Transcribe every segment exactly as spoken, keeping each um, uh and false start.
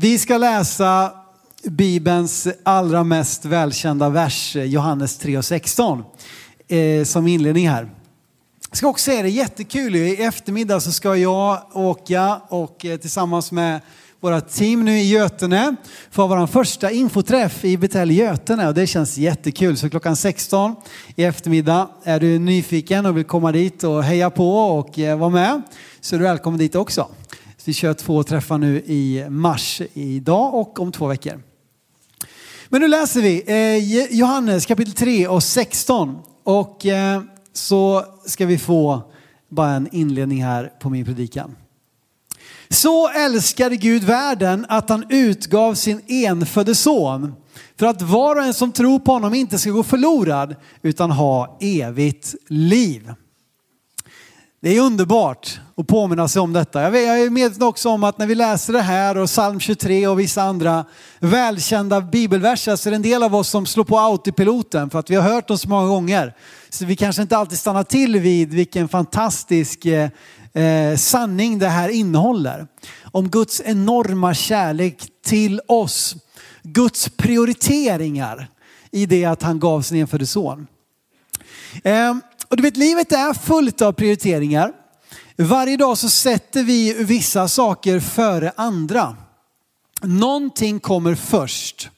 Vi ska läsa Bibelns allra mest välkända vers, Johannes tre och sexton, eh, som inledning här. Jag ska också säga det, jättekul. I eftermiddag så ska jag åka och eh, tillsammans med våra team nu i Götene få vår första infoträff i Betel Götene, och det känns jättekul. Så klockan sexton i eftermiddag, är du nyfiken och vill komma dit och heja på och eh, vara med, så är du välkommen dit också. Så vi kör två träffar nu i mars, idag och om två veckor. Men nu läser vi eh, Johannes kapitel tre och sexton, och eh, så ska vi få bara en inledning här på min predikan. Så älskade Gud världen att han utgav sin enfödde son, för att var och en som tror på honom inte ska gå förlorad utan ha evigt liv. Det är underbart att påminna sig om detta. Jag är medveten också om att när vi läser det här och psalm tjugotre och vissa andra välkända bibelverser, så är det en del av oss som slår på autopiloten för att vi har hört dem så många gånger. Så vi kanske inte alltid stannar till vid vilken fantastisk eh, eh, sanning det här innehåller. Om Guds enorma kärlek till oss. Guds prioriteringar i det att han gav sin enfödde son. Eh, Och du vet, livet är fullt av prioriteringar. Varje dag så sätter vi vissa saker före andra. Någonting kommer först.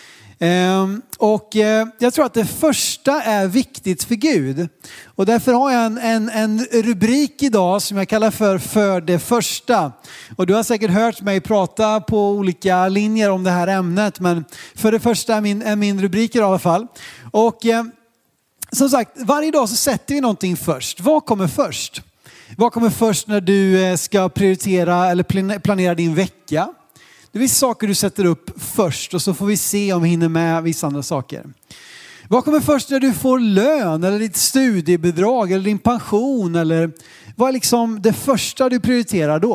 Och jag tror att det första är viktigt för Gud. Och därför har jag en, en, en rubrik idag som jag kallar för för det första. Och du har säkert hört mig prata på olika linjer om det här ämnet. Men för det första är min, är min rubrik i alla fall. Och som sagt, varje dag så sätter vi någonting först. Vad kommer först? Vad kommer först när du ska prioritera eller planera din vecka? Det är vissa saker du sätter upp först, och så får vi se om vi hinner med vissa andra saker. Vad kommer först när du får lön eller ditt studiebidrag eller din pension? Eller vad är liksom det första du prioriterar då?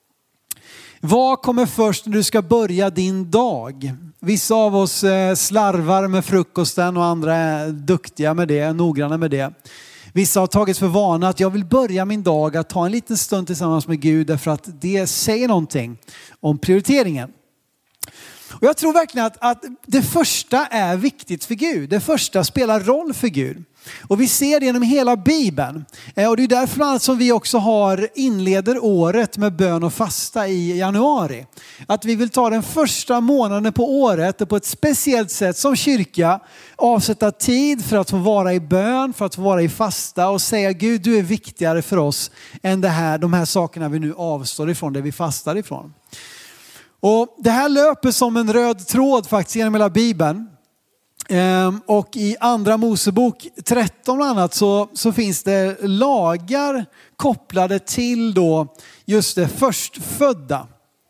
Vad kommer först när du ska börja din dag? Vissa av oss slarvar med frukosten och andra är duktiga med det, noggranna med det. Vissa har tagit för vana att jag vill börja min dag att ta en liten stund tillsammans med Gud, därför att det säger någonting om prioriteringen. Och jag tror verkligen att, att det första är viktigt för Gud. Det första spelar roll för Gud. Och vi ser det genom hela Bibeln. Och det är därför bland annat som vi också har inleder året med bön och fasta i januari. Att vi vill ta den första månaden på året och på ett speciellt sätt som kyrka avsätta tid för att få vara i bön, för att få vara i fasta och säga: Gud, du är viktigare för oss än det här, de här sakerna vi nu avstår ifrån, det vi fastar ifrån. Och det här löper som en röd tråd faktiskt genom hela Bibeln. Ehm, och i andra Mosebok tretton bland annat så, så finns det lagar kopplade till då just det förstfödda.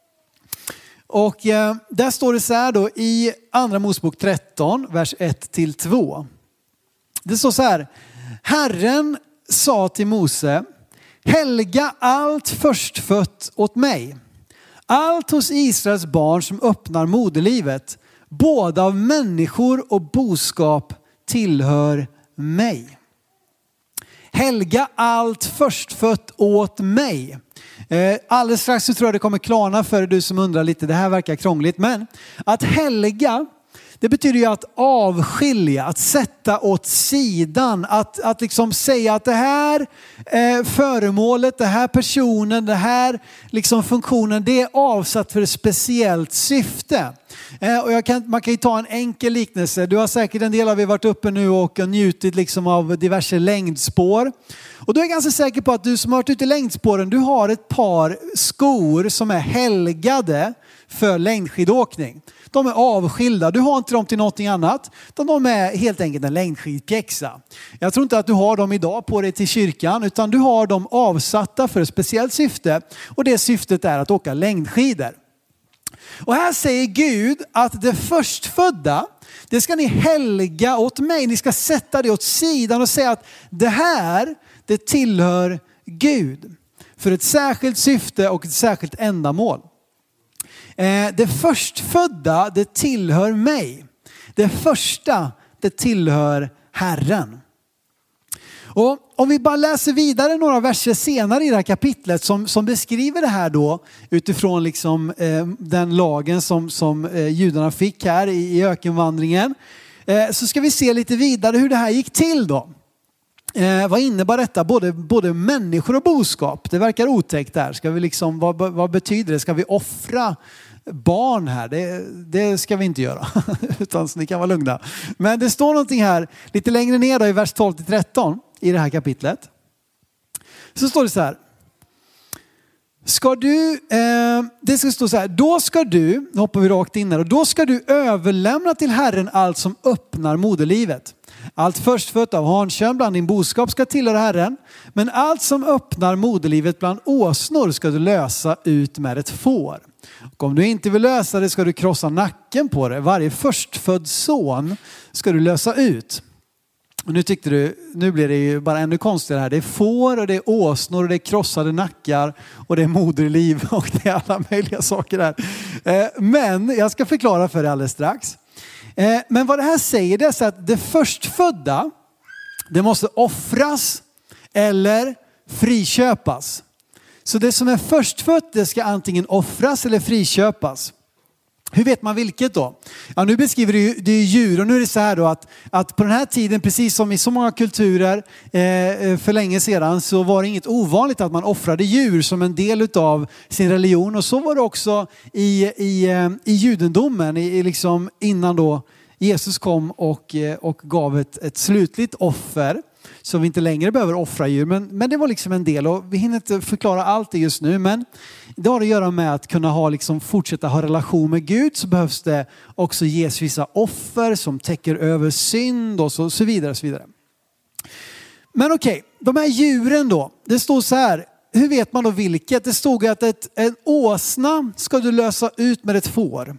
Och eh, där står det så här då i andra Mosebok tretton, vers ett till två. Det står så här: Herren sa till Mose: helga allt förstfött åt mig. Allt hos Israels barn som öppnar moderlivet, både av människor och boskap, tillhör mig. Helga allt förstfött åt mig. Eh, alldeles strax så tror jag det kommer klarna för du som undrar lite. Det här verkar krångligt, men att helga, det betyder ju att avskilja, att sätta åt sidan, att, att liksom säga att det här eh, föremålet, det här personen, det här liksom funktionen, det är avsatt för ett speciellt syfte. Eh, och jag kan, man kan ju ta en enkel liknelse. Du har säkert en del av er varit uppe nu och njutit liksom av diverse längdspår. Och då är jag ganska säker på att du som har varit ute i längdspåren, du har ett par skor som är helgade för längdskidåkning. De är avskilda. Du har inte dem till någonting annat. Utan de är helt enkelt en längdskidpjäxa. Jag tror inte att du har dem idag på dig till kyrkan. Utan du har dem avsatta för ett speciellt syfte. Och det syftet är att åka längdskidor. Och här säger Gud att det förstfödda, det ska ni helga åt mig. Ni ska sätta det åt sidan och säga att det här, det tillhör Gud. För ett särskilt syfte och ett särskilt ändamål. Det förstfödda, det tillhör mig. Det första, det tillhör Herren. Och om vi bara läser vidare några verser senare i det här kapitlet som, som beskriver det här då utifrån liksom, eh, den lagen som, som eh, judarna fick här i, i ökenvandringen. Eh, så ska vi se lite vidare hur det här gick till då. Eh, vad innebär detta? Både, både människor och boskap. Det verkar otäckt där. Ska vi liksom, vad, vad betyder det? Ska vi offra barn här? Det, det ska vi inte göra. Utan så ni kan vara lugna. Men det står någonting här lite längre ner då, i vers tolv till tretton i det här kapitlet. Så står det så här. Ska du, eh, det ska stå så här. Då ska du, nu hoppar vi rakt in här. Och då ska du överlämna till Herren allt som öppnar moderlivet. Allt förstfött av hankön bland din boskap ska tillhöra Herren. Men allt som öppnar moderlivet bland åsnor ska du lösa ut med ett får. Och om du inte vill lösa det ska du krossa nacken på det. Varje förstfödd son ska du lösa ut. Och nu tyckte du, nu blir det ju bara ännu konstigare här. Det är får och det är åsnor och det är krossade nackar och det är moderliv och det är alla möjliga saker där. Men jag ska förklara för dig alldeles strax. Men vad det här säger, det är så att det förstfödda, det måste offras eller friköpas. Så det som är förstfött, det ska antingen offras eller friköpas. Hur vet man vilket då? Ja, nu beskriver det, det är djur och nu är det så här då att, att på den här tiden, precis som i så många kulturer eh, för länge sedan, så var det inget ovanligt att man offrade djur som en del av sin religion. Och så var det också i, i, i judendomen, i, i liksom innan då Jesus kom och, och gav ett, ett slutligt offer. Så vi inte längre behöver offra djur. Men, men det var liksom en del. Och vi hinner inte förklara allt det just nu. Men det har att göra med att kunna ha, liksom, fortsätta ha relation med Gud. Så behövs det också ges vissa offer som täcker över synd. Och så, så vidare. Så vidare. Men okej, okay, de här djuren då. Det står så här. Hur vet man då vilket? Det stod att ett, en åsna ska du lösa ut med ett får.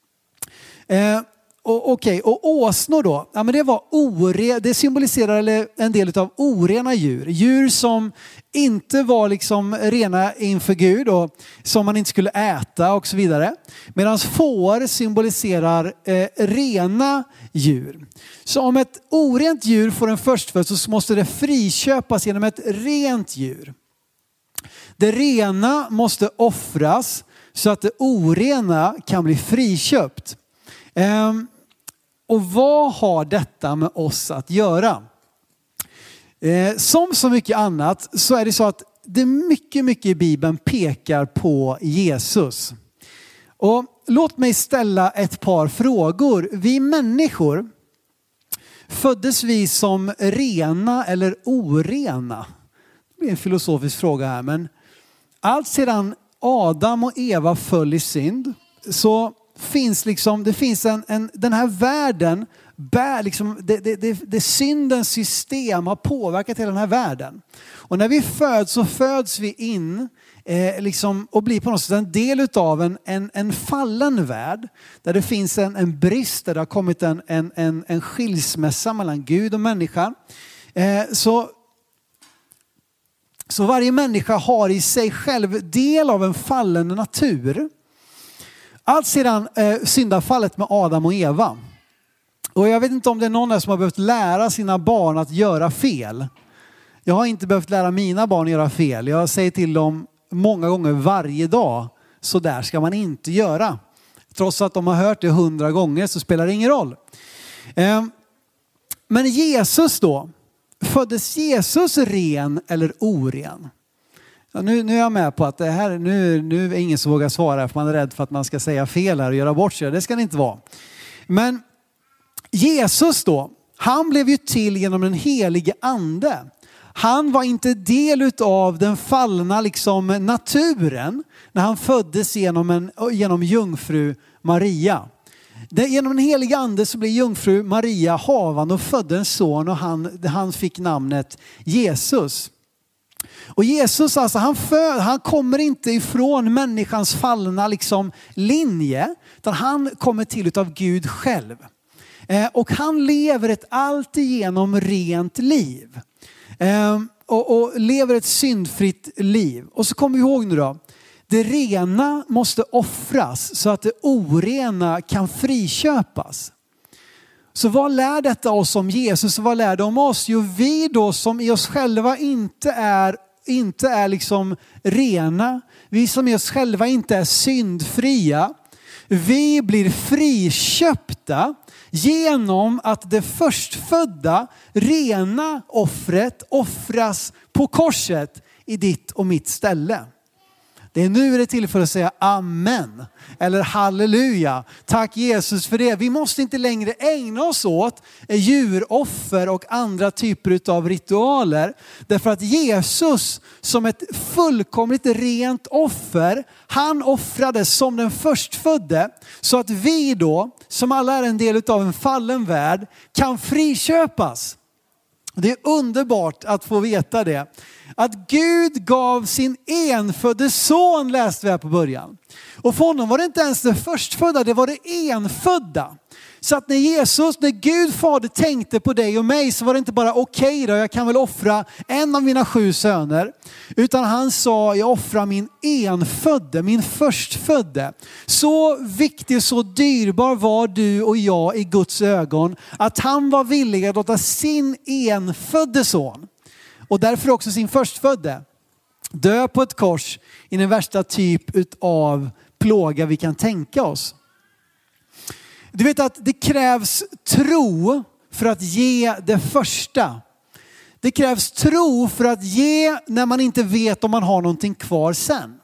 Eh, Och, okej, och åsnor då, ja, men det var ore, det symboliserar en del av orena djur. Djur som inte var liksom rena inför Gud och som man inte skulle äta och så vidare. Medan får symboliserar eh, rena djur. Så om ett orent djur får en förstfödd så måste det friköpas genom ett rent djur. Det rena måste offras så att det orena kan bli friköpt. Um, och vad har detta med oss att göra? Eh, som så mycket annat så är det så att det mycket, mycket i Bibeln pekar på Jesus. Och låt mig ställa ett par frågor. Vi människor, föddes vi som rena eller orena? Det blir en filosofisk fråga här, men allt sedan Adam och Eva föll i synd så finns liksom, det finns en, en den här världen bär liksom, det, det, det, det syndens system har påverkat hela den här världen. Och när vi föds så föds vi in eh, liksom, och blir på något sätt en del av en, en, en fallen värld. Där det finns en, en brist, där det har kommit en, en, en, en skilsmässa mellan Gud och människan. Eh, så, så varje människa har i sig själv del av en fallen natur. Allt sedan eh, syndafallet med Adam och Eva. Och jag vet inte om det är någon där som har behövt lära sina barn att göra fel. Jag har inte behövt lära mina barn att göra fel. Jag säger till dem många gånger varje dag. Så där ska man inte göra. Trots att de har hört det hundra gånger så spelar det ingen roll. Eh, men Jesus då. Föddes Jesus ren eller oren? Ja, nu, nu är jag med på att det här, nu, nu är ingen som vågar svara för man är rädd för att man ska säga fel här och göra bort sig. Det ska det inte vara. Men Jesus då, han blev ju till genom den helige ande. Han var inte del av den fallna liksom, naturen när han föddes genom, en, genom jungfru Maria. Det, genom den helige ande så blev jungfru Maria havande och födde en son och han, han fick namnet Jesus. Och Jesus alltså, han, för, han kommer inte ifrån människans fallna liksom, linje. Utan han kommer till utav Gud själv. Eh, och han lever ett alltigenom rent liv. Eh, och, och lever ett syndfritt liv. Och så kommer vi ihåg nu då. Det rena måste offras så att det orena kan friköpas. Så vad lär detta oss om Jesus och vad lär det om oss? Jo, vi då som i oss själva inte är, inte är liksom rena. Vi som i oss själva inte är syndfria. Vi blir friköpta genom att det förstfödda rena offret offras på korset i ditt och mitt ställe. Det är nu är det till för att säga amen eller halleluja. Tack Jesus för det. Vi måste inte längre ägna oss åt djuroffer och andra typer av ritualer. Därför att Jesus som ett fullkomligt rent offer, han offrades som den förstfödde. Så att vi då, som alla är en del av en fallen värld, kan friköpas. Det är underbart att få veta det. Att Gud gav sin enfödde son, läste vi här på början. Och för honom var det inte ens det förstfödda, det var det enfödda. Så att när Jesus, när Gud fader tänkte på dig och mig, så var det inte bara okej okay då, jag kan väl offra en av mina sju söner. Utan han sa, jag offrar min enfödde, min förstfödde. Så viktig, så dyrbar var du och jag i Guds ögon, att han var villig att låta sin enfödde son, och därför också sin förstfödde, dö på ett kors i den värsta typ av plåga vi kan tänka oss. Du vet att det krävs tro för att ge det första. Det krävs tro för att ge när man inte vet om man har någonting kvar sen.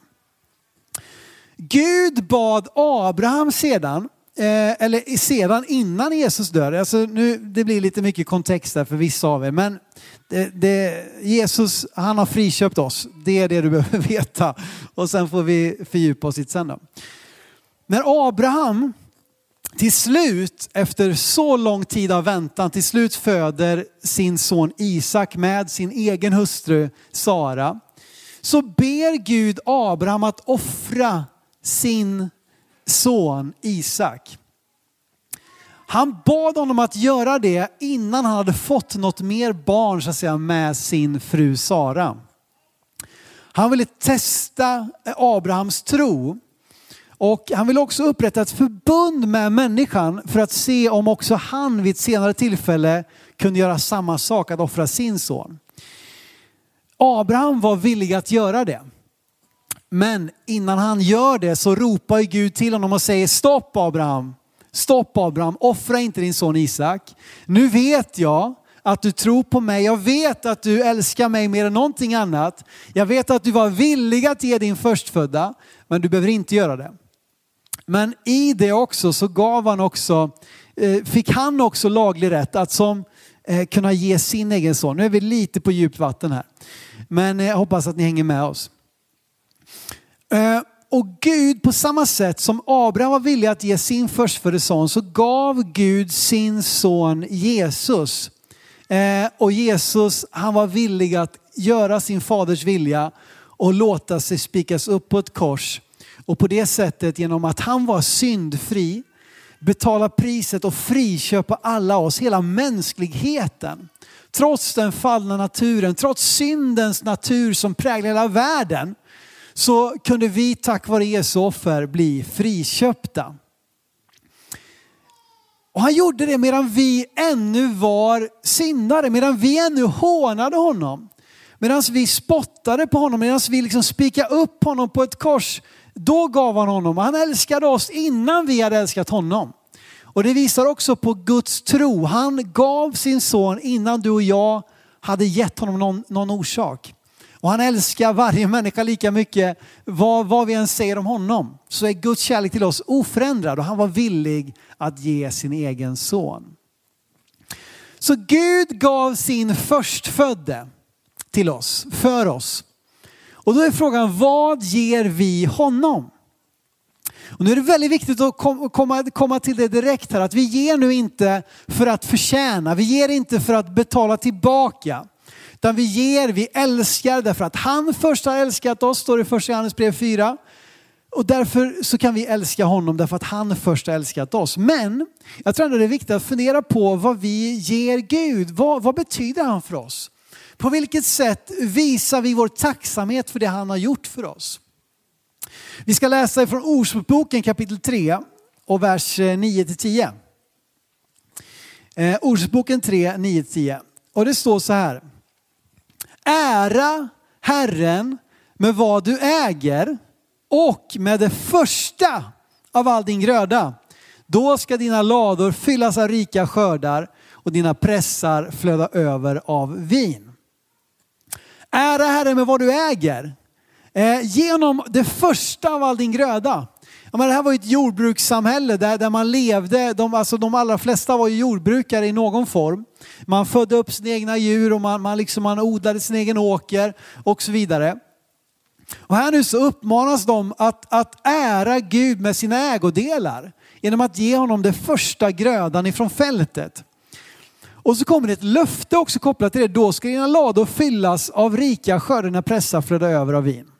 Gud bad Abraham sedan, eh, eller sedan innan Jesus dör. Alltså nu, det blir lite mycket kontext där för vissa av er. Men det, det, Jesus, han har friköpt oss. Det är det du behöver veta. Och sen får vi fördjupa oss i sen då. När Abraham till slut, efter så lång tid av väntan, till slut föder sin son Isak med sin egen hustru Sara, så ber Gud Abraham att offra sin son Isak. Han bad honom att göra det innan han hade fått något mer barn, så att säga, med sin fru Sara. Han ville testa Abrahams tro. Och han vill också upprätta ett förbund med människan för att se om också han vid ett senare tillfälle kunde göra samma sak, att offra sin son. Abraham var villig att göra det. Men innan han gör det så ropar Gud till honom och säger: stopp Abraham, stopp Abraham, offra inte din son Isak. Nu vet jag att du tror på mig. Jag vet att du älskar mig mer än någonting annat. Jag vet att du var villig att ge din förstfödda, men du behöver inte göra det. Men i det också så gav han också, fick han också laglig rätt att som kunna ge sin egen son. Nu är vi lite på djupt vatten här, men jag hoppas att ni hänger med oss. Och Gud, på samma sätt som Abraham var villig att ge sin förstfödde son, så gav Gud sin son Jesus. Och Jesus, han var villig att göra sin faders vilja och låta sig spikas upp på ett kors. Och på det sättet, genom att han var syndfri, betala priset och friköpa alla oss, hela mänskligheten. Trots den fallna naturen, trots syndens natur som präglar hela världen, så kunde vi tack vare Jesu offer bli friköpta. Och han gjorde det medan vi ännu var syndare, medan vi ännu hånade honom. Medan vi spottade på honom, medan vi liksom spikade upp honom på ett kors. Då gav han honom. Han älskade oss innan vi hade älskat honom. Och det visar också på Guds tro. Han gav sin son innan du och jag hade gett honom någon, någon orsak. Och han älskar varje människa lika mycket. Vad, vad vi än säger om honom, så är Guds kärlek till oss oförändrad. Och han var villig att ge sin egen son. Så Gud gav sin förstfödde till oss, för oss. Och då är frågan, vad ger vi honom? Och nu är det väldigt viktigt att komma, komma till det direkt här. Att vi ger nu inte för att förtjäna. Vi ger inte för att betala tillbaka. Utan vi ger, vi älskar därför att han först har älskat oss, står det i första Johannes brev fyra. Och därför så kan vi älska honom därför att han först har älskat oss. Men jag tror ändå det är viktigt att fundera på vad vi ger Gud. Vad, vad betyder han för oss? På vilket sätt visar vi vår tacksamhet för det han har gjort för oss? Vi ska läsa från Ordspråksboken kapitel tre och vers nio till tio. Eh, Ordspråksboken tre, nio till tio. Och det står så här. Ära Herren med vad du äger och med det första av all din gröda. Då ska dina lador fyllas av rika skördar och dina pressar flöda över av vin. Ära Herren med vad du äger. Eh, genom det första av all din gröda. Ja, men det här var ju ett jordbrukssamhälle där, där man levde. De, alltså de allra flesta var ju jordbrukare i någon form. Man födde upp sina egna djur och man, man, liksom, man odlade sin egen åker och så vidare. Och här nu så uppmanas de att, att ära Gud med sina ägodelar. Genom att ge honom det första grödan ifrån fältet. Och så kommer det ett löfte också kopplat till det. Då ska dina lador fyllas av rika skördar, dina pressar flöda över av vin.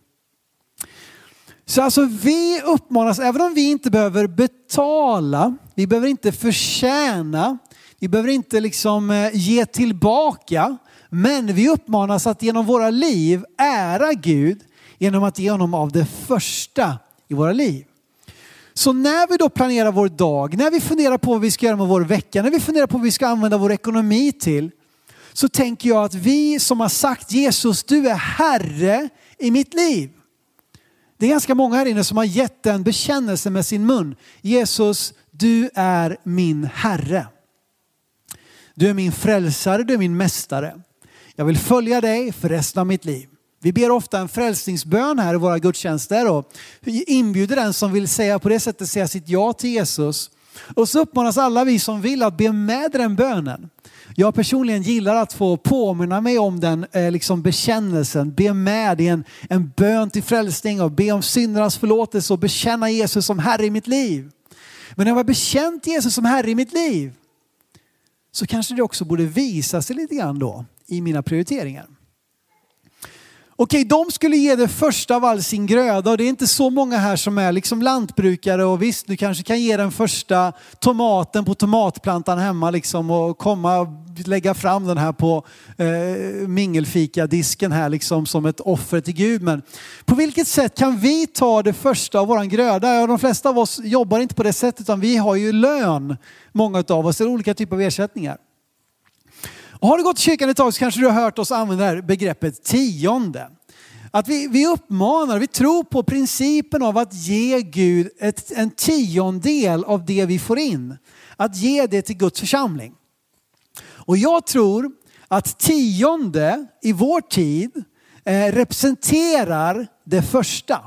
Så alltså vi uppmanas, även om vi inte behöver betala, vi behöver inte förtjäna, vi behöver inte liksom ge tillbaka. Men vi uppmanas att genom våra liv ära Gud genom att ge honom av det första i våra liv. Så när vi då planerar vår dag, när vi funderar på vad vi ska göra med vår vecka, när vi funderar på vad vi ska använda vår ekonomi till, så tänker jag att vi som har sagt Jesus, du är Herre i mitt liv. Det är ganska många här inne som har gett en bekännelse med sin mun. Jesus, du är min Herre. Du är min frälsare, du är min mästare. Jag vill följa dig för resten av mitt liv. Vi ber ofta en frälsningsbön här i våra gudstjänster och inbjuder den som vill säga på det sättet säga sitt ja till Jesus. Och så uppmanas alla vi som vill att be med den bönen. Jag personligen gillar att få påminna mig om den eh, liksom bekännelsen. Be med i en, en bön till frälsning och be om syndernas förlåtelse och bekänna Jesus som Herre i mitt liv. Men när jag har bekänt Jesus som Herre i mitt liv så kanske det också borde visa sig lite grann då i mina prioriteringar. Okej, de skulle ge det första av all sin gröda och det är inte så många här som är liksom lantbrukare och visst, du kanske kan ge den första tomaten på tomatplantan hemma liksom och komma och lägga fram den här på eh, mingelfika-disken här liksom som ett offer till Gud. Men på vilket sätt kan vi ta det första av våran gröda? Ja, de flesta av oss jobbar inte på det sättet utan vi har ju lön, många av oss, eller olika typer av ersättningar. Och har du gått till kyrkan ett tag så kanske du har hört oss använda det här begreppet tionde. Att vi, vi uppmanar, vi tror på principen av att ge Gud ett, en tiondel av det vi får in. Att ge det till Guds församling. Och jag tror att tionde i vår tid eh, representerar det första.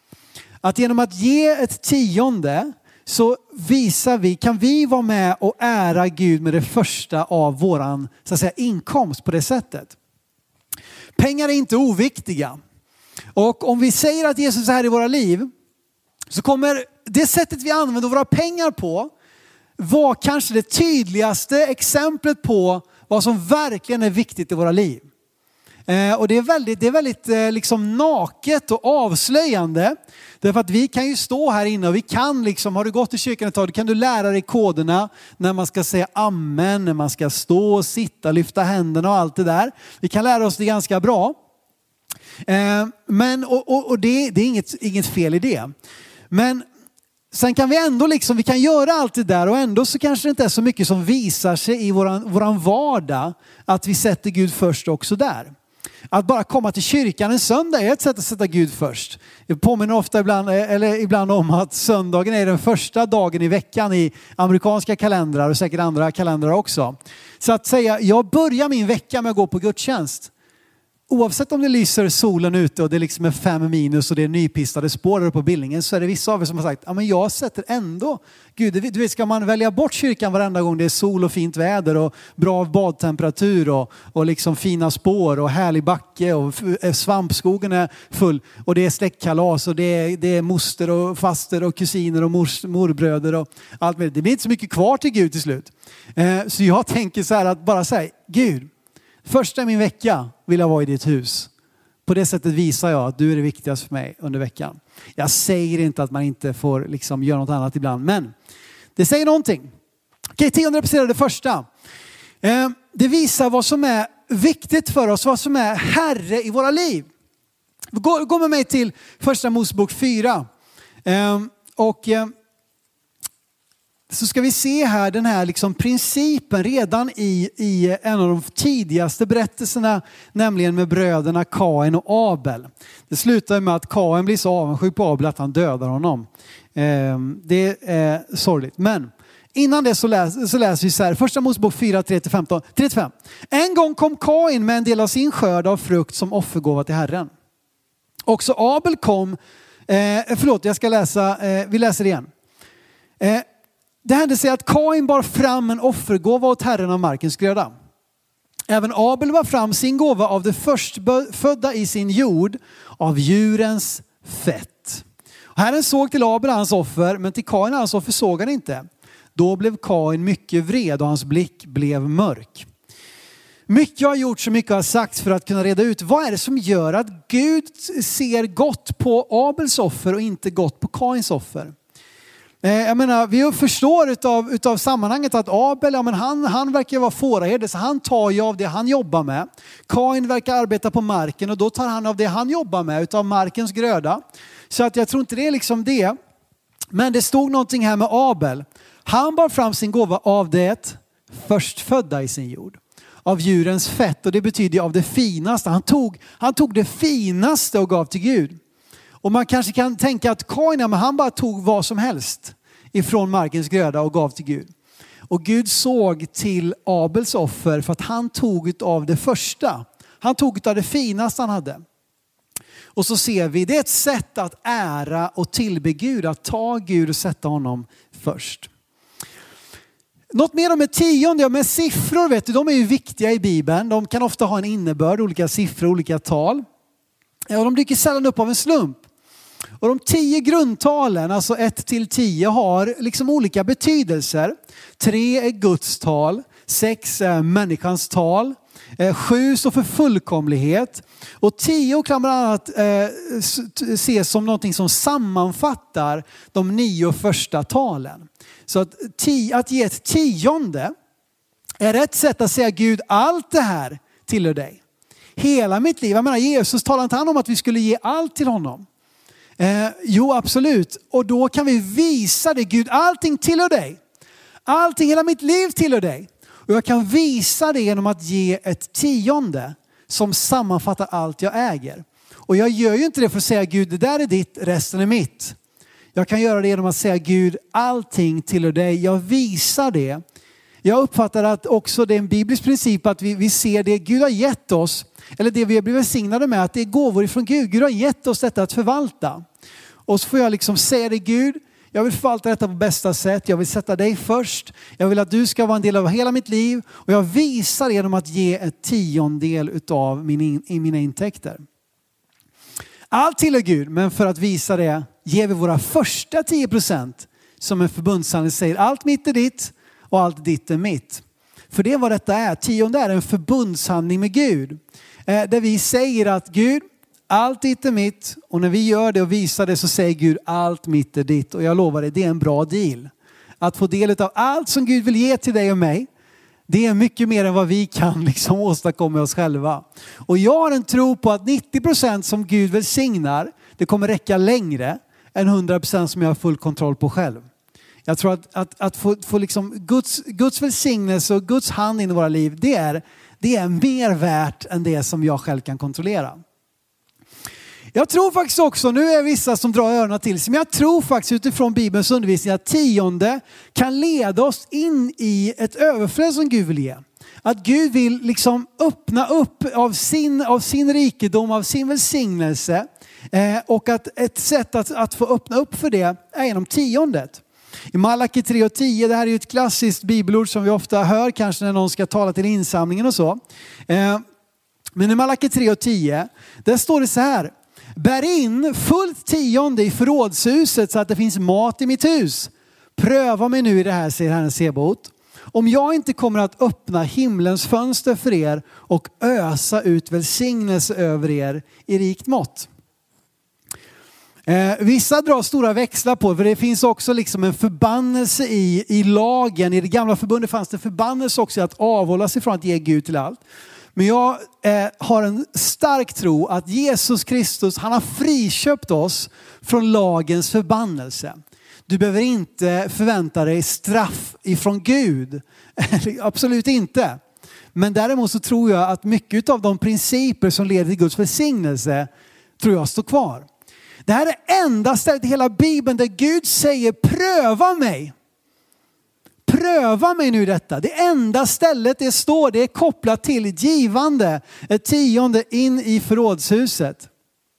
Att genom att ge ett tionde så visar vi, kan vi vara med och ära Gud med det första av våran så att säga, inkomst på det sättet. Pengar är inte oviktiga. Och om vi säger att Jesus är här i våra liv så kommer det sättet vi använder våra pengar på vara kanske det tydligaste exemplet på vad som verkligen är viktigt i våra liv. Eh, och det är väldigt, det är väldigt eh, liksom naket och avslöjande. Därför att vi kan ju stå här inne och vi kan liksom, har du gått i kyrkan ett tag, då kan du lära dig koderna när man ska säga amen, när man ska stå och sitta, lyfta händerna och allt det där. Vi kan lära oss det ganska bra. Eh, men, och och, och det, det är inget, inget fel i det. Men sen kan vi ändå liksom, vi kan göra allt det där och ändå så kanske det inte är så mycket som visar sig i våran, våran vardag att vi sätter Gud först också där. Att bara komma till kyrkan en söndag är ett sätt att sätta Gud först. Jag påminner ofta ibland, eller ibland om att söndagen är den första dagen i veckan i amerikanska kalendrar och säkert andra kalendrar också. Så att säga, jag börjar min vecka med att gå på gudstjänst. Oavsett om det lyser solen ute och det liksom är fem minus och det är nypistade spår på Billingen, så är det vissa av er som har sagt, ja men jag sätter ändå, Gud, du vet, ska man välja bort kyrkan varenda gång det är sol och fint väder och bra badtemperatur och, och liksom fina spår och härlig backe och svampskogen är full och det är släktkalas och det är, det är moster och faster och kusiner och mors, morbröder och allt med. Det blir inte så mycket kvar till Gud till slut. Eh, så jag tänker så här att bara säga, Gud, första i min vecka vill jag vara i ditt hus. På det sättet visar jag att du är det viktigaste för mig under veckan. Jag säger inte att man inte får liksom göra något annat ibland. Men det säger någonting. Okej, tionde representerar det första. Eh, det visar vad som är viktigt för oss. Vad som är Herre i våra liv. Gå, gå med mig till första Mosebok fyra. Eh, och... Eh, så ska vi se här den här liksom principen redan i, i en av de tidigaste berättelserna, nämligen med bröderna Kain och Abel. Det slutar med att Kain blir så avundsjuk på Abel att han dödar honom. Eh, det är sorgligt. Men innan det så, läs, så läser vi så här, första Mosebok fyra, tre till femton, trettiofem. En gång kom Kain med en del av sin skörd av frukt som offergåva till Herren. Också Abel kom, eh, förlåt jag ska läsa, eh, vi läser igen. Eh, det hände sig att Kain bar fram en offergåva åt Herren av markens gröda. Även Abel bar fram sin gåva av det förstfödda i sin jord, av djurens fett. Och Herren såg till Abel hans offer, men till Kain hans offer såg han inte. Då blev Kain mycket vred och hans blick blev mörk. Mycket har gjorts och mycket har sagts för att kunna reda ut vad är det som gör att Gud ser gott på Abels offer och inte gott på Kains offer. Jag menar, vi förstår utav, utav sammanhanget att Abel, ja, men han, han verkar vara fåraherde, så han tar ju av det han jobbar med. Kain verkar arbeta på marken och då tar han av det han jobbar med, utav markens gröda. Så att jag tror inte det är liksom det. Men det stod någonting här med Abel. Han bar fram sin gåva av det förstfödda i sin jord. Av djurens fett, och det betyder av det finaste. Han tog, han tog det finaste och gav till Gud. Och man kanske kan tänka att Kain, men han bara tog vad som helst ifrån markens gröda och gav till Gud. Och Gud såg till Abels offer för att han tog av det första. Han tog av det finaste han hade. Och så ser vi, det är ett sätt att ära och tillbe Gud, att ta Gud och sätta honom först. Något mer om ett tionde, ja, med siffror vet du, de är ju viktiga i Bibeln. De kan ofta ha en innebörd, olika siffror, olika tal. Ja, de dyker sällan upp av en slump. Och de tio grundtalen, alltså ett till tio, har liksom olika betydelser. Tre är Guds tal, sex är människans tal, sju står för fullkomlighet och tio kan bland annat eh, ses som någonting som sammanfattar de nio första talen. Så att, tio, att ge ett tionde är ett sätt att säga Gud, allt det här tillhör dig. Hela mitt liv, jag menar Jesus talade inte han om att vi skulle ge allt till honom. Eh, jo absolut, och då kan vi visa det, Gud, allting tillhör dig. Allting, hela mitt liv tillhör dig. Och jag kan visa det genom att ge ett tionde som sammanfattar allt jag äger. Och jag gör ju inte det för att säga Gud, det där är ditt, resten är mitt. Jag kan göra det genom att säga Gud, allting tillhör dig. Jag visar det. Jag uppfattar att också det är en biblisk princip att vi, vi ser det Gud har gett oss. Eller det vi har blivit välsignade med, att det är gåvor ifrån Gud. Gud har gett oss detta att förvalta. Och så får jag liksom säga det, Gud, jag vill förvalta detta på bästa sätt. Jag vill sätta dig först. Jag vill att du ska vara en del av hela mitt liv. Och jag visar genom att ge ett tiondel utav min in, i mina intäkter. Allt tillhör Gud, men för att visa det ger vi våra första tio procent som en förbundshandling säger. Allt mitt är ditt och allt ditt är mitt. För det är vad detta är. Tionde är en förbundshandling med Gud. Eh, där vi säger att Gud, allt ditt är mitt. Och när vi gör det och visar det så säger Gud, allt mitt är ditt. Och jag lovar dig, det är en bra deal. Att få del av allt som Gud vill ge till dig och mig. Det är mycket mer än vad vi kan liksom åstadkomma oss själva. Och jag har en tro på att nittio procent som Gud välsignar, det kommer räcka längre än hundra procent som jag har full kontroll på själv. Jag tror att, att, att få, få liksom Guds, Guds välsignelse och Guds hand in i våra liv, det är, det är mer värt än det som jag själv kan kontrollera. Jag tror faktiskt också, nu är vissa som drar öronen till sig, men jag tror faktiskt utifrån Bibelns undervisning att tionde kan leda oss in i ett överflöd som Gud vill ge. Att Gud vill liksom öppna upp av sin, av sin rikedom, av sin välsignelse. Eh, och att ett sätt att, att få öppna upp för det är genom tiondet. I Malaki tre och tio, det här är ju ett klassiskt bibelord som vi ofta hör kanske när någon ska tala till insamlingen och så. Eh, men i Malaki tre och tio, där står det så här. Bär in fullt tionde i förrådshuset så att det finns mat i mitt hus. Pröva mig nu i det här, säger Herren Sebaot. Om jag inte kommer att öppna himlens fönster för er och ösa ut välsignelse över er i rikt mått. Eh, vissa drar stora växlar på, för det finns också liksom en förbannelse i, i lagen. I det gamla förbundet fanns det förbannelse också att avhålla sig från att ge Gud till allt. Men jag eh, har en stark tro att Jesus Kristus, han har friköpt oss från lagens förbannelse. Du behöver inte förvänta dig straff ifrån Gud. Absolut inte. Men däremot så tror jag att mycket av de principer som leder till Guds välsignelse tror jag står kvar. Det här är enda stället i hela Bibeln där Gud säger pröva mig. Pröva mig nu detta. Det enda stället det står, det är kopplat till ett givande. Ett tionde in i förrådshuset.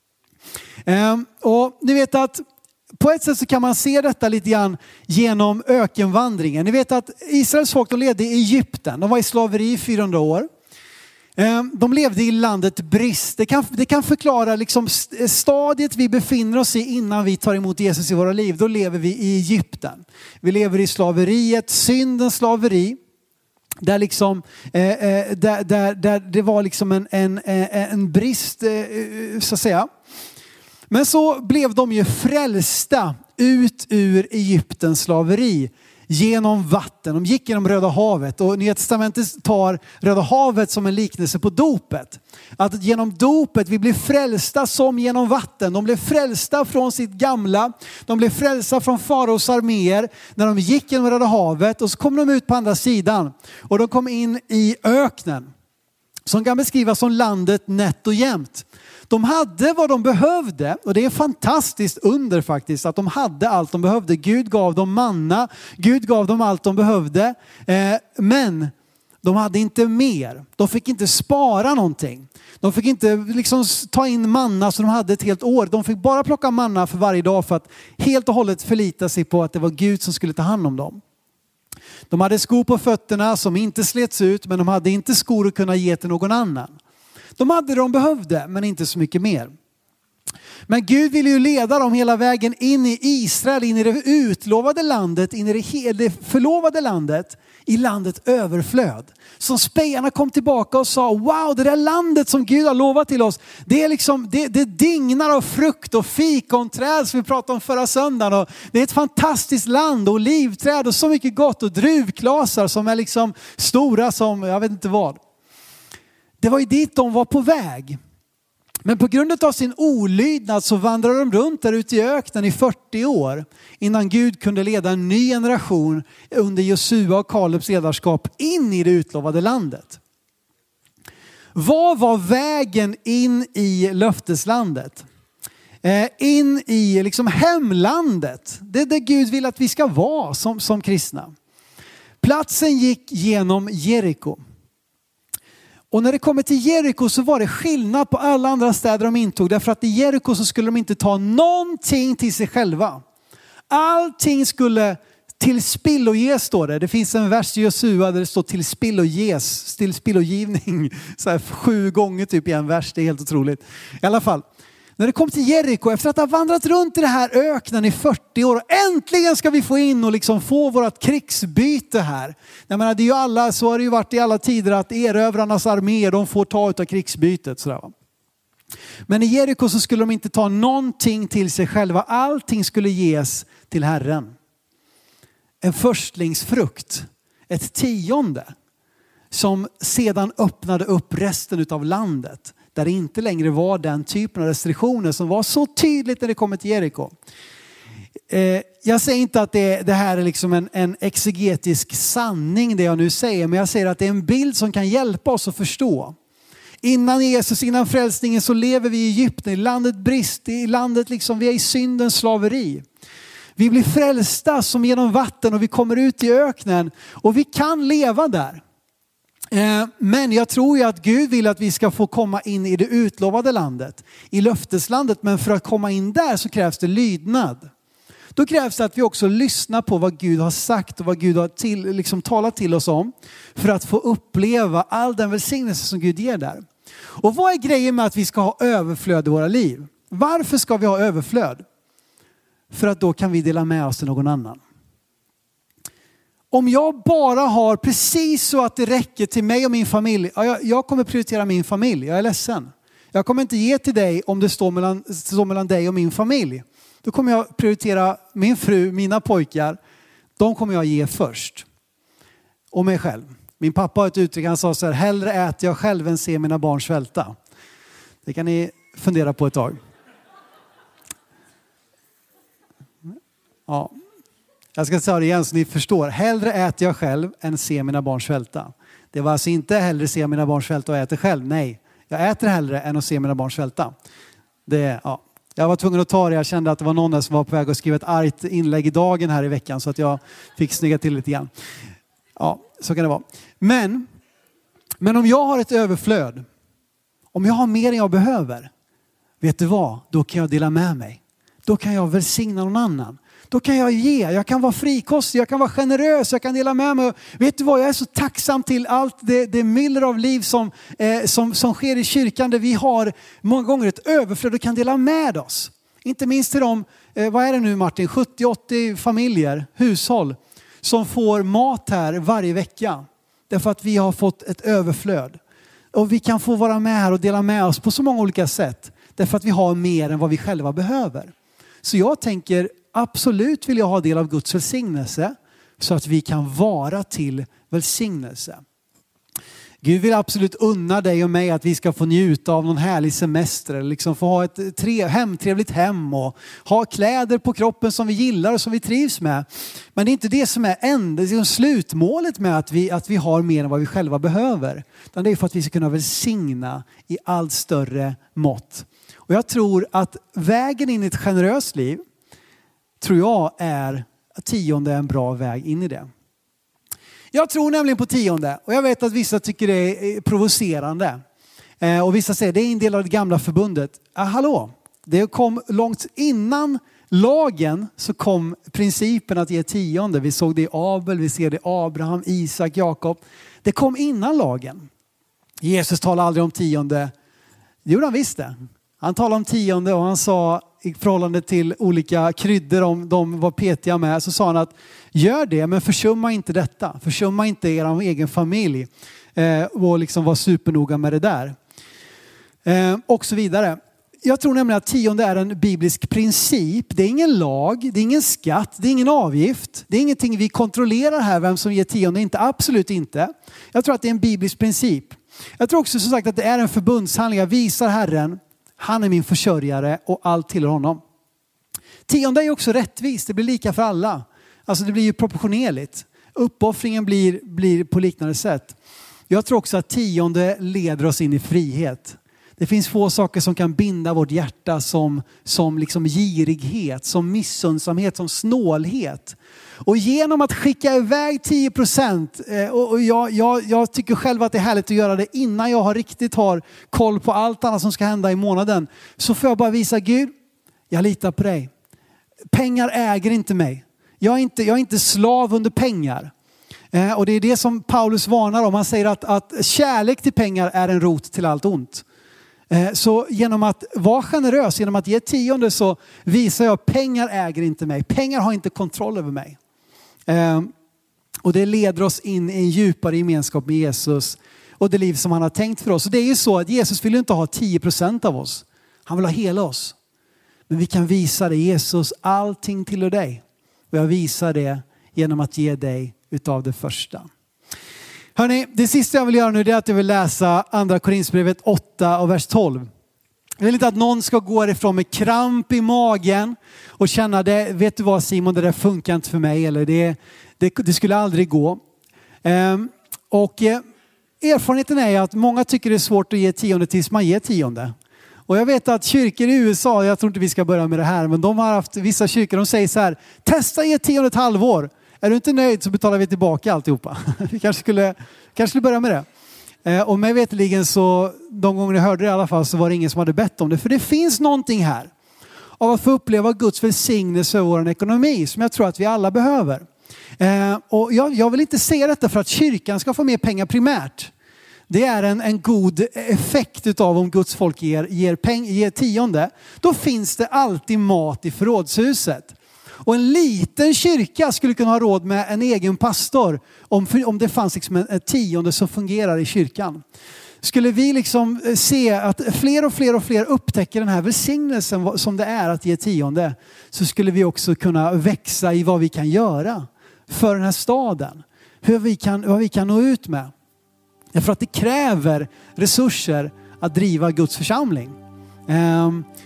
Ehm, och ni vet att på ett sätt så kan man se detta lite grann genom ökenvandringen. Ni vet att Israels folk, de levde i Egypten. De var i slaveri i fyrahundra år. De levde i landet brist. Det kan, det kan förklara liksom stadiet vi befinner oss i innan vi tar emot Jesus i våra liv. Då lever vi i Egypten. Vi lever i slaveriet, syndens slaveri. Där, liksom, eh, där, där, där det var liksom en, en, en brist eh, så att säga. Men så blev de ju frälsta ut ur Egyptens slaveri genom vatten. De gick genom Röda havet och Nya testamentet tar Röda havet som en liknelse på dopet. Att genom dopet vi blir frälsta som genom vatten. De blev frälsta från sitt gamla. De blev frälsta från faraos arméer när de gick genom Röda havet och så kom de ut på andra sidan. Och de kom in i öknen som kan beskrivas som landet nätt och jämnt. De hade vad de behövde och det är fantastiskt under faktiskt att de hade allt de behövde. Gud gav dem manna, Gud gav dem allt de behövde. Eh, men de hade inte mer. De fick inte spara någonting. De fick inte liksom ta in manna som de hade ett helt år. De fick bara plocka manna för varje dag för att helt och hållet förlita sig på att det var Gud som skulle ta hand om dem. De hade skor på fötterna som inte slets ut men de hade inte skor att kunna ge till någon annan. De hade det de behövde, men inte så mycket mer. Men Gud ville ju leda dem hela vägen in i Israel, in i det utlovade landet, in i det förlovade landet, i landet överflöd. Så spejarna kom tillbaka och sa, wow, det där landet som Gud har lovat till oss, det är liksom, det, det dignar av frukt och fikonträd som vi pratade om förra söndagen. Och det är ett fantastiskt land och olivträd och så mycket gott och druvklasar som är liksom stora som, jag vet inte vad. Det var ju dit de var på väg. Men på grund av sin olydnad så vandrade de runt där ute i öknen i fyrtio år. Innan Gud kunde leda en ny generation under Josua och Kalebs ledarskap in i det utlovade landet. Vad var vägen in i löfteslandet? Eh, in i liksom hemlandet. Det är där Gud vill att vi ska vara som, som kristna. Platsen gick genom Jeriko. Och när det kommer till Jeriko så var det skillnad på alla andra städer de intog. Därför att i Jeriko så skulle de inte ta någonting till sig själva. Allting skulle till spillo ges, står det. Det finns en vers i Josua där det står till spillo ges. Till spillogivning. Så här sju gånger typ i en vers. Det är helt otroligt. I alla fall. När det kom till Jeriko, efter att ha vandrat runt i det här öknen i fyrtio år och äntligen ska vi få in och liksom få vårt krigsbyte här. Jag menar, det är ju alla, så har det ju varit i alla tider att erövrarnas armé, de får ta ut av krigsbytet. Sådär. Men i Jeriko så skulle de inte ta någonting till sig själva. Allting skulle ges till Herren. En förstlingsfrukt, ett tionde som sedan öppnade upp resten av landet. Där det inte längre var den typen av restriktioner som var så tydligt när det kommer till Jeriko. Eh, jag säger inte att det, det här är liksom en, en exegetisk sanning det jag nu säger. Men jag säger att det är en bild som kan hjälpa oss att förstå. Innan Jesus, innan frälsningen så lever vi i Egypten. I landet brist, i landet liksom vi är i syndens slaveri. Vi blir frälsta som genom vatten och vi kommer ut i öknen. Och vi kan leva där. Men jag tror ju att Gud vill att vi ska få komma in i det utlovade landet. I löfteslandet. Men för att komma in där så krävs det lydnad. Då krävs det att vi också lyssnar på vad Gud har sagt och vad Gud har till, liksom talat till oss om. För att få uppleva all den välsignelse som Gud ger där. Och vad är grejen med att vi ska ha överflöd i våra liv? Varför ska vi ha överflöd? För att då kan vi dela med oss till någon annan. Om jag bara har precis så att det räcker till mig och min familj. Jag, jag kommer prioritera min familj. Jag är ledsen. Jag kommer inte ge till dig om det står mellan, står mellan dig och min familj. Då kommer jag prioritera min fru, mina pojkar. De kommer jag ge först. Och mig själv. Min pappa har ett uttryck, han sa så här: hellre äter jag själv än ser mina barn svälta. Det kan ni fundera på ett tag. Ja. Jag ska säga det igen så ni förstår. Hellre äter jag själv än ser mina barn svälta. Det var alltså inte hellre se mina barn svälta och äter själv. Nej, jag äter hellre än att se mina barn svälta. Det, ja. Jag var tvungen att ta det. Jag kände att det var någon där som var på väg att skriva ett argt inlägg i Dagen här i veckan. Så att jag fick snygga till lite grann. Ja, så kan det vara. Men, men om jag har ett överflöd. Om jag har mer än jag behöver. Vet du vad? Då kan jag dela med mig. Då kan jag välsigna någon annan. Då kan jag ge. Jag kan vara frikostig. Jag kan vara generös. Jag kan dela med mig. Vet du vad? Jag är så tacksam till allt det, det myller av liv som, eh, som, som sker i kyrkan. Där vi har många gånger ett överflöd och kan dela med oss. Inte minst till de, eh, vad är det nu Martin? sjuttio åttio familjer, hushåll. Som får mat här varje vecka. Därför att vi har fått ett överflöd. Och vi kan få vara med här och dela med oss på så många olika sätt. Därför att vi har mer än vad vi själva behöver. Så jag tänker absolut vill jag ha del av Guds välsignelse. Så att vi kan vara till välsignelse. Gud vill absolut unna dig och mig att vi ska få njuta av någon härlig semester. Eller liksom få ha ett tre, hemtrevligt hem och ha kläder på kroppen som vi gillar och som vi trivs med. Men det är inte det som är ända, det är slutmålet med att vi, att vi har mer än vad vi själva behöver. Utan det är för att vi ska kunna välsigna i allt större mått. Och jag tror att vägen in i ett generöst liv tror jag är att tionde är en bra väg in i det. Jag tror nämligen på tionde och jag vet att vissa tycker det är provocerande. Eh, och vissa säger det är en del av det gamla förbundet. Ah, hallå, det kom långt innan lagen så kom principen att ge tionde. Vi såg det i Abel, vi ser det i Abraham, Isak, Jakob. Det kom innan lagen. Jesus talade aldrig om tionde. Det gjorde han visst det. Han talade om tionde och han sa i förhållande till olika kryddor om de var petiga med så sa han att gör det men försumma inte detta. Försumma inte er egen familj eh, och liksom var supernoga med det där. Eh, och så vidare. Jag tror nämligen att tionde är en biblisk princip. Det är ingen lag, det är ingen skatt, det är ingen avgift. Det är ingenting vi kontrollerar här vem som ger tionde, inte absolut inte. Jag tror att det är en biblisk princip. Jag tror också som sagt att det är en förbundshandling. Jag visar Herren. Han är min försörjare och allt tillhör honom. Tionde är också rättvist. Det blir lika för alla. Alltså det blir ju proportionerligt. Uppoffringen blir, blir på liknande sätt. Jag tror också att tionde leder oss in i frihet. Det finns få saker som kan binda vårt hjärta som, som liksom girighet, som missundsamhet, som snålhet. Och genom att skicka iväg tio procent, och jag, jag, jag tycker själv att det är härligt att göra det innan jag har riktigt har koll på allt annat som ska hända i månaden. Så får jag bara visa Gud, jag litar på dig. Pengar äger inte mig. Jag är inte, jag är inte slav under pengar. Och det är det som Paulus varnar om. Han säger att, att kärlek till pengar är en rot till allt ont. Så genom att vara generös, genom att ge tionde så visar jag att pengar äger inte mig. Pengar har inte kontroll över mig. Och det leder oss in i en djupare gemenskap med Jesus och det liv som han har tänkt för oss. Och det är ju så att Jesus vill inte ha tio procent av oss. Han vill ha hela oss. Men vi kan visa det. Jesus, allting tillhör dig. Och jag visar det genom att ge dig utav det första. Hörrni, det sista jag vill göra nu är att jag vill läsa andra Korinthierbrevet åtta och vers tolv. Jag vill inte att någon ska gå ifrån med kramp i magen och känna det. Vet du vad Simon, det där funkar inte för mig. Eller det, det, det skulle aldrig gå. Ehm, och eh, erfarenheten är att många tycker det är svårt att ge tionde tills man ger tionde. Och jag vet att kyrkor i U S A, jag tror inte vi ska börja med det här, men de har haft vissa kyrkor, de säger så här, testa ge tionde ett halvår. Är du inte nöjd så betalar vi tillbaka alltihopa. Vi kanske skulle, kanske skulle börja med det. Eh, och mig vetligen så, de gånger jag hörde det i alla fall, så var det ingen som hade bett om det. För det finns någonting här av att få uppleva Guds välsignelse över vår ekonomi som jag tror att vi alla behöver. Eh, och jag, jag vill inte säga detta för att kyrkan ska få mer pengar primärt. Det är en, en god effekt utav om Guds folk ger, ger, peng, ger tionde. Då finns det alltid mat i förrådshuset. Och en liten kyrka skulle kunna ha råd med en egen pastor om, om det fanns liksom en, en tionde som fungerar i kyrkan. Skulle vi liksom se att fler och fler och fler upptäcker den här välsignelsen som det är att ge tionde, så skulle vi också kunna växa i vad vi kan göra för den här staden. Hur vi kan, vad vi kan nå ut med. För att det kräver resurser att driva Guds församling. Um,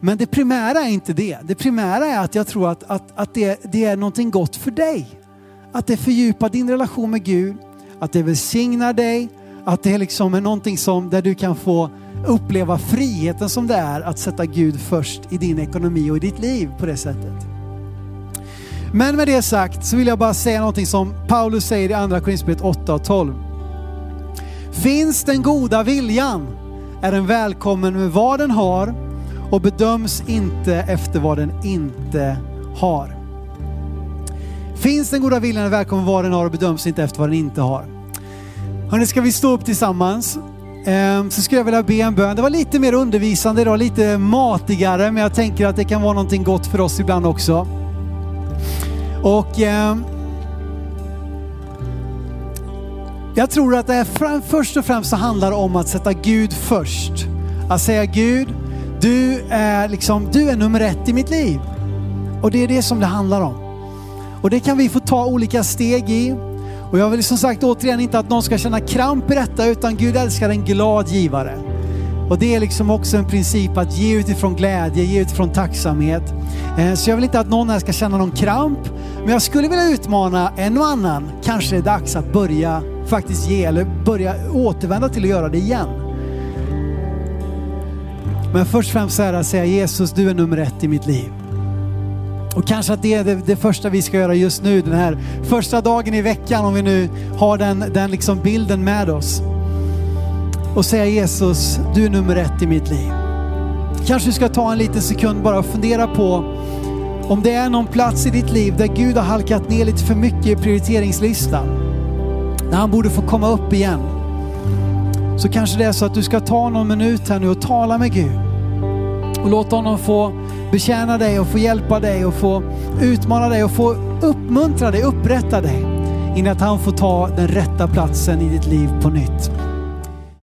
Men det primära är inte det. Det primära är att jag tror att, att, att det, det är någonting gott för dig. Att det fördjupar din relation med Gud. Att det välsignar dig. Att det liksom är någonting som, där du kan få uppleva friheten som det är att sätta Gud först i din ekonomi och i ditt liv på det sättet. Men med det sagt så vill jag bara säga någonting som Paulus säger i andra Korinthierbrevet åtta och tolv. Finns den goda viljan är den välkommen med vad den har och bedöms inte efter vad den inte har. Finns den goda viljan är den välkommen med vad den har och bedöms inte efter vad den inte har. Hörrni, ska vi stå upp tillsammans? Ehm, så skulle jag vilja be en bön. Det var lite mer undervisande idag, lite matigare, men jag tänker att det kan vara någonting gott för oss ibland också. Och eh, jag tror att det är fram, först och främst så handlar det om att sätta Gud först. Att säga Gud, du är, liksom, du är nummer ett i mitt liv. Och det är det som det handlar om. Och det kan vi få ta olika steg i. Och jag vill som sagt återigen inte att någon ska känna kramp i detta, utan Gud älskar en glad givare. Och det är liksom också en princip att ge utifrån glädje, ge utifrån tacksamhet. Så jag vill inte att någon här ska känna någon kramp. Men jag skulle vilja utmana en och annan. Kanske är det dags att börja faktiskt ge eller börja återvända till att göra det igen. Men först och främst så är det att säga Jesus, du är nummer ett i mitt liv. Och kanske att det är det, det första vi ska göra just nu. Den här första dagen i veckan, om vi nu har den, den liksom bilden med oss. Och säga Jesus, du är nummer ett i mitt liv. Kanske du ska ta en liten sekund bara och fundera på om det är någon plats i ditt liv där Gud har halkat ner lite för mycket i prioriteringslistan. Där han borde få komma upp igen. Så kanske det är så att du ska ta någon minut här nu och tala med Gud. Och låta honom få betjäna dig och få hjälpa dig och få utmana dig och få uppmuntra dig, upprätta dig. Innan att han får ta den rätta platsen i ditt liv på nytt.